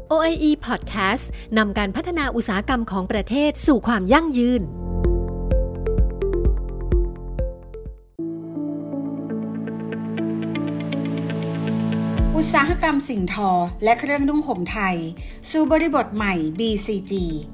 OIE Podcast นำการพัฒนาอุตสาหกรรมของประเทศสู่ความยั่งยืนอุตสาหกรรมสิ่งทอและเครื่องนุ่งห่มไทยสู่บริบทใหม่ BCG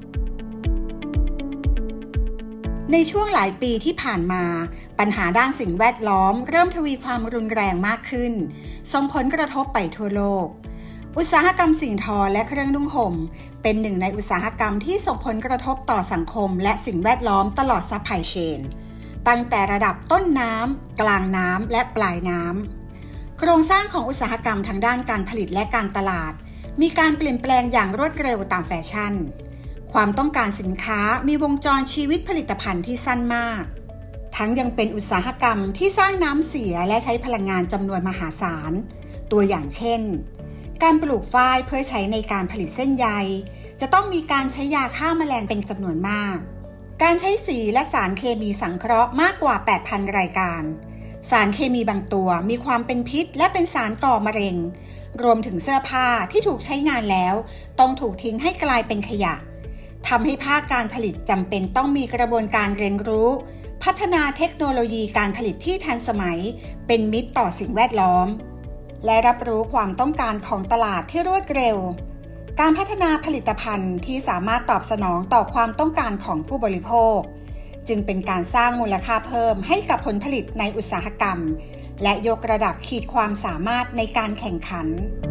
ในช่วงหลายปีที่ผ่านมาปัญหาด้านสิ่งแวดล้อมเริ่มทวีความรุนแรงมากขึ้นส่งผลกระทบไปทั่วโลกอุตสาหกรรมสิ่งทอและเครื่องนุ่งห่มเป็นหนึ่งในอุตสาหกรรมที่ส่งผลกระทบต่อสังคมและสิ่งแวดล้อมตลอดซัพพลายเชนตั้งแต่ระดับต้นน้ำกลางน้ำและปลายน้ำโครงสร้างของอุตสาหกรรมทางด้านการผลิตและการตลาดมีการเปลี่ยนแปลงอย่างรวดเร็วตามแฟชั่นความต้องการสินค้ามีวงจรชีวิตผลิตภัณฑ์ที่สั้นมากทั้งยังเป็นอุตสาหกรรมที่สร้างน้ำเสียและใช้พลังงานจำนวนมหาศาลตัวอย่างเช่นการปลูกฝ้ายเพื่อใช้ในการผลิตเส้นใยจะต้องมีการใช้ยาฆ่าแมลงเป็นจำนวนมากการใช้สีและสารเคมีสังเคราะห์มากกว่า 8,000 รายการสารเคมีบางตัวมีความเป็นพิษและเป็นสารก่อมะเร็งรวมถึงเสื้อผ้าที่ถูกใช้งานแล้วต้องถูกทิ้งให้กลายเป็นขยะทำให้ภาคการผลิตจำเป็นต้องมีกระบวนการเรียนรู้พัฒนาเทคโนโลยีการผลิตที่ทันสมัยเป็นมิตรต่อสิ่งแวดล้อมและรับรู้ความต้องการของตลาดที่รวดเร็วการพัฒนาผลิตภัณฑ์ที่สามารถตอบสนองต่อความต้องการของผู้บริโภคจึงเป็นการสร้างมูลค่าเพิ่มให้กับผลผลิตในอุตสาหกรรมและยกระดับขีดความสามารถในการแข่งขัน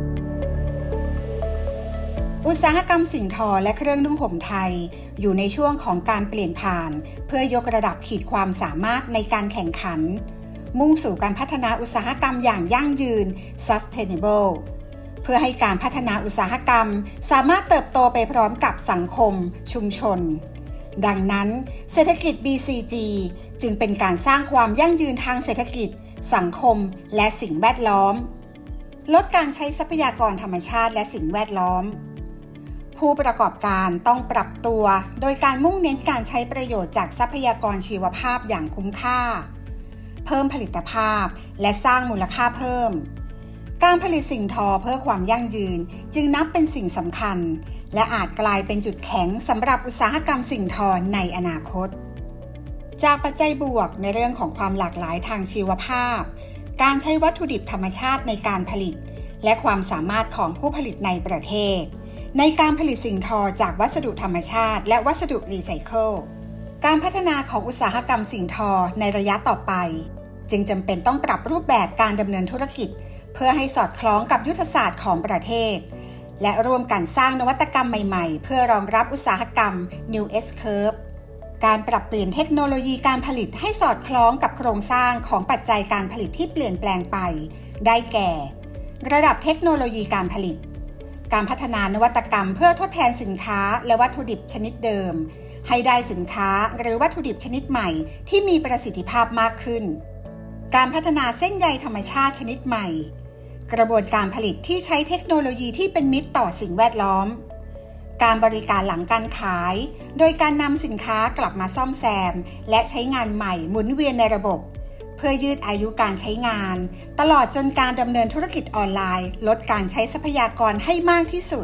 อุตสาหกรรมสิ่งทอและเครื่องนุ่งห่มไทยอยู่ในช่วงของการเปลี่ยนผ่านเพื่อยกระดับขีดความสามารถในการแข่งขันมุ่งสู่การพัฒนาอุตสาหกรรมอย่างยั่งยืน Sustainable เพื่อให้การพัฒนาอุตสาหกรรมสามารถเติบโตไปพร้อมกับสังคมชุมชนดังนั้นเศรษฐกิจ BCG จึงเป็นการสร้างความยั่งยืนทางเศรษฐกิจสังคมและสิ่งแวดล้อมลดการใช้ทรัพยากรธรรมชาติและสิ่งแวดล้อมผู้ประกอบการต้องปรับตัวโดยการมุ่งเน้นการใช้ประโยชน์จากทรัพยากรชีวภาพอย่างคุ้มค่าเพิ่มผลิตภาพและสร้างมูลค่าเพิ่มการผลิตสิ่งทอเพื่อความยั่งยืนจึงนับเป็นสิ่งสำคัญและอาจกลายเป็นจุดแข็งสำหรับอุตสาหกรรมสิ่งทอในอนาคตจากปัจจัยบวกในเรื่องของความหลากหลายทางชีวภาพการใช้วัตถุดิบธรรมชาติในการผลิตและความสามารถของผู้ผลิตในประเทศในการผลิตสิ่งทอจากวัสดุธรรมชาติและวัสดุรีไซเคิลการพัฒนาของอุตสาหกรรมสิ่งทอในระยะต่อไปจึงจำเป็นต้องปรับรูปแบบการดำเนินธุรกิจเพื่อให้สอดคล้องกับยุทธศาสตร์ของประเทศและร่วมกันสร้างนวัตกรรมใหม่ๆเพื่อรองรับอุตสาหกรรม New S-Curve การปรับเปลี่ยนเทคโนโลยีการผลิตให้สอดคล้องกับโครงสร้างของปัจจัยการผลิตที่เปลี่ยนแปลงไปได้แก่ระดับเทคโนโลยีการผลิตการพัฒนานวัตกรรมเพื่อทดแทนสินค้าและวัตถุดิบชนิดเดิมให้ได้สินค้าหรือวัตถุดิบชนิดใหม่ที่มีประสิทธิภาพมากขึ้นการพัฒนาเส้นใยธรรมชาติชนิดใหม่กระบวนการผลิตที่ใช้เทคโนโลยีที่เป็นมิตรต่อสิ่งแวดล้อมการบริการหลังการขายโดยการนำสินค้ากลับมาซ่อมแซมและใช้งานใหม่หมุนเวียนในระบบเพื่อยืดอายุการใช้งานตลอดจนการดำเนินธุรกิจออนไลน์ลดการใช้ทรัพยากรให้มากที่สุด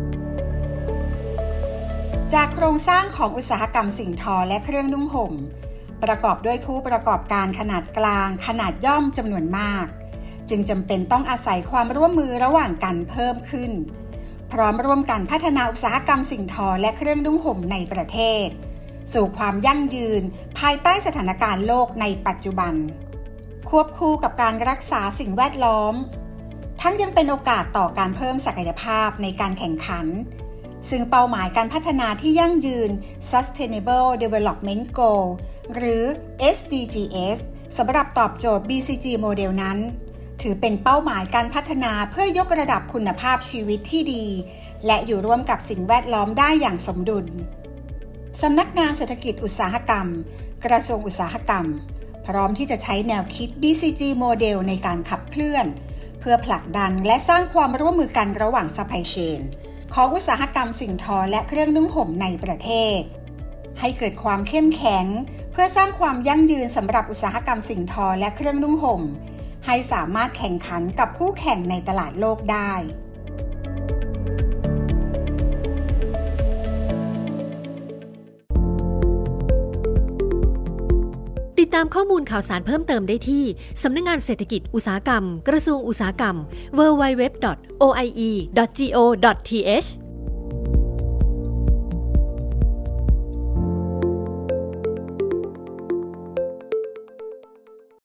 จากโครงสร้างของอุตสาหกรรมสิ่งทอและเครื่องนุ่งห่มประกอบด้วยผู้ประกอบการขนาดกลางขนาดย่อมจำนวนมากจึงจำเป็นต้องอาศัยความร่วมมือระหว่างกันเพิ่มขึ้นพร้อมร่วมกันพัฒนาอุตสาหกรรมสิ่งทอและเครื่องนุ่งห่มในประเทศสู่ความยั่งยืนภายใต้สถานการณ์โลกในปัจจุบันควบคู่กับการรักษาสิ่งแวดล้อมทั้งยังเป็นโอกาสต่อการเพิ่มศักยภาพในการแข่งขันซึ่งเป้าหมายการพัฒนาที่ยั่งยืน Sustainable Development Goal หรือ SDGs สำหรับตอบโจทย์ BCG โมเดลนั้นถือเป็นเป้าหมายการพัฒนาเพื่อยกระดับคุณภาพชีวิตที่ดีและอยู่ร่วมกับสิ่งแวดล้อมได้อย่างสมดุลสำนักงานเศรษฐกิจอุตสาหกรรมกระทรวงอุตสาหกรรมพร้อมที่จะใช้แนวคิด BCG โมเดลในการขับเคลื่อนเพื่อผลักดันและสร้างความร่วมมือกันระหว่างซัพพลายเชนของอุตสาหกรรมสิ่งทอและเครื่องนุ่งห่มในประเทศให้เกิดความเข้มแข็งเพื่อสร้างความยั่งยืนสำหรับอุตสาหกรรมสิ่งทอและเครื่องนุ่งห่มให้สามารถแข่งขันกับคู่แข่งในตลาดโลกได้ดตามข้อมูลข่าวสารเพิ่มเติมได้ที่สำนักงานเศรษฐกิจอุตสาหกรรมกระทรวงอุตสาหกรรม www.oie.go.th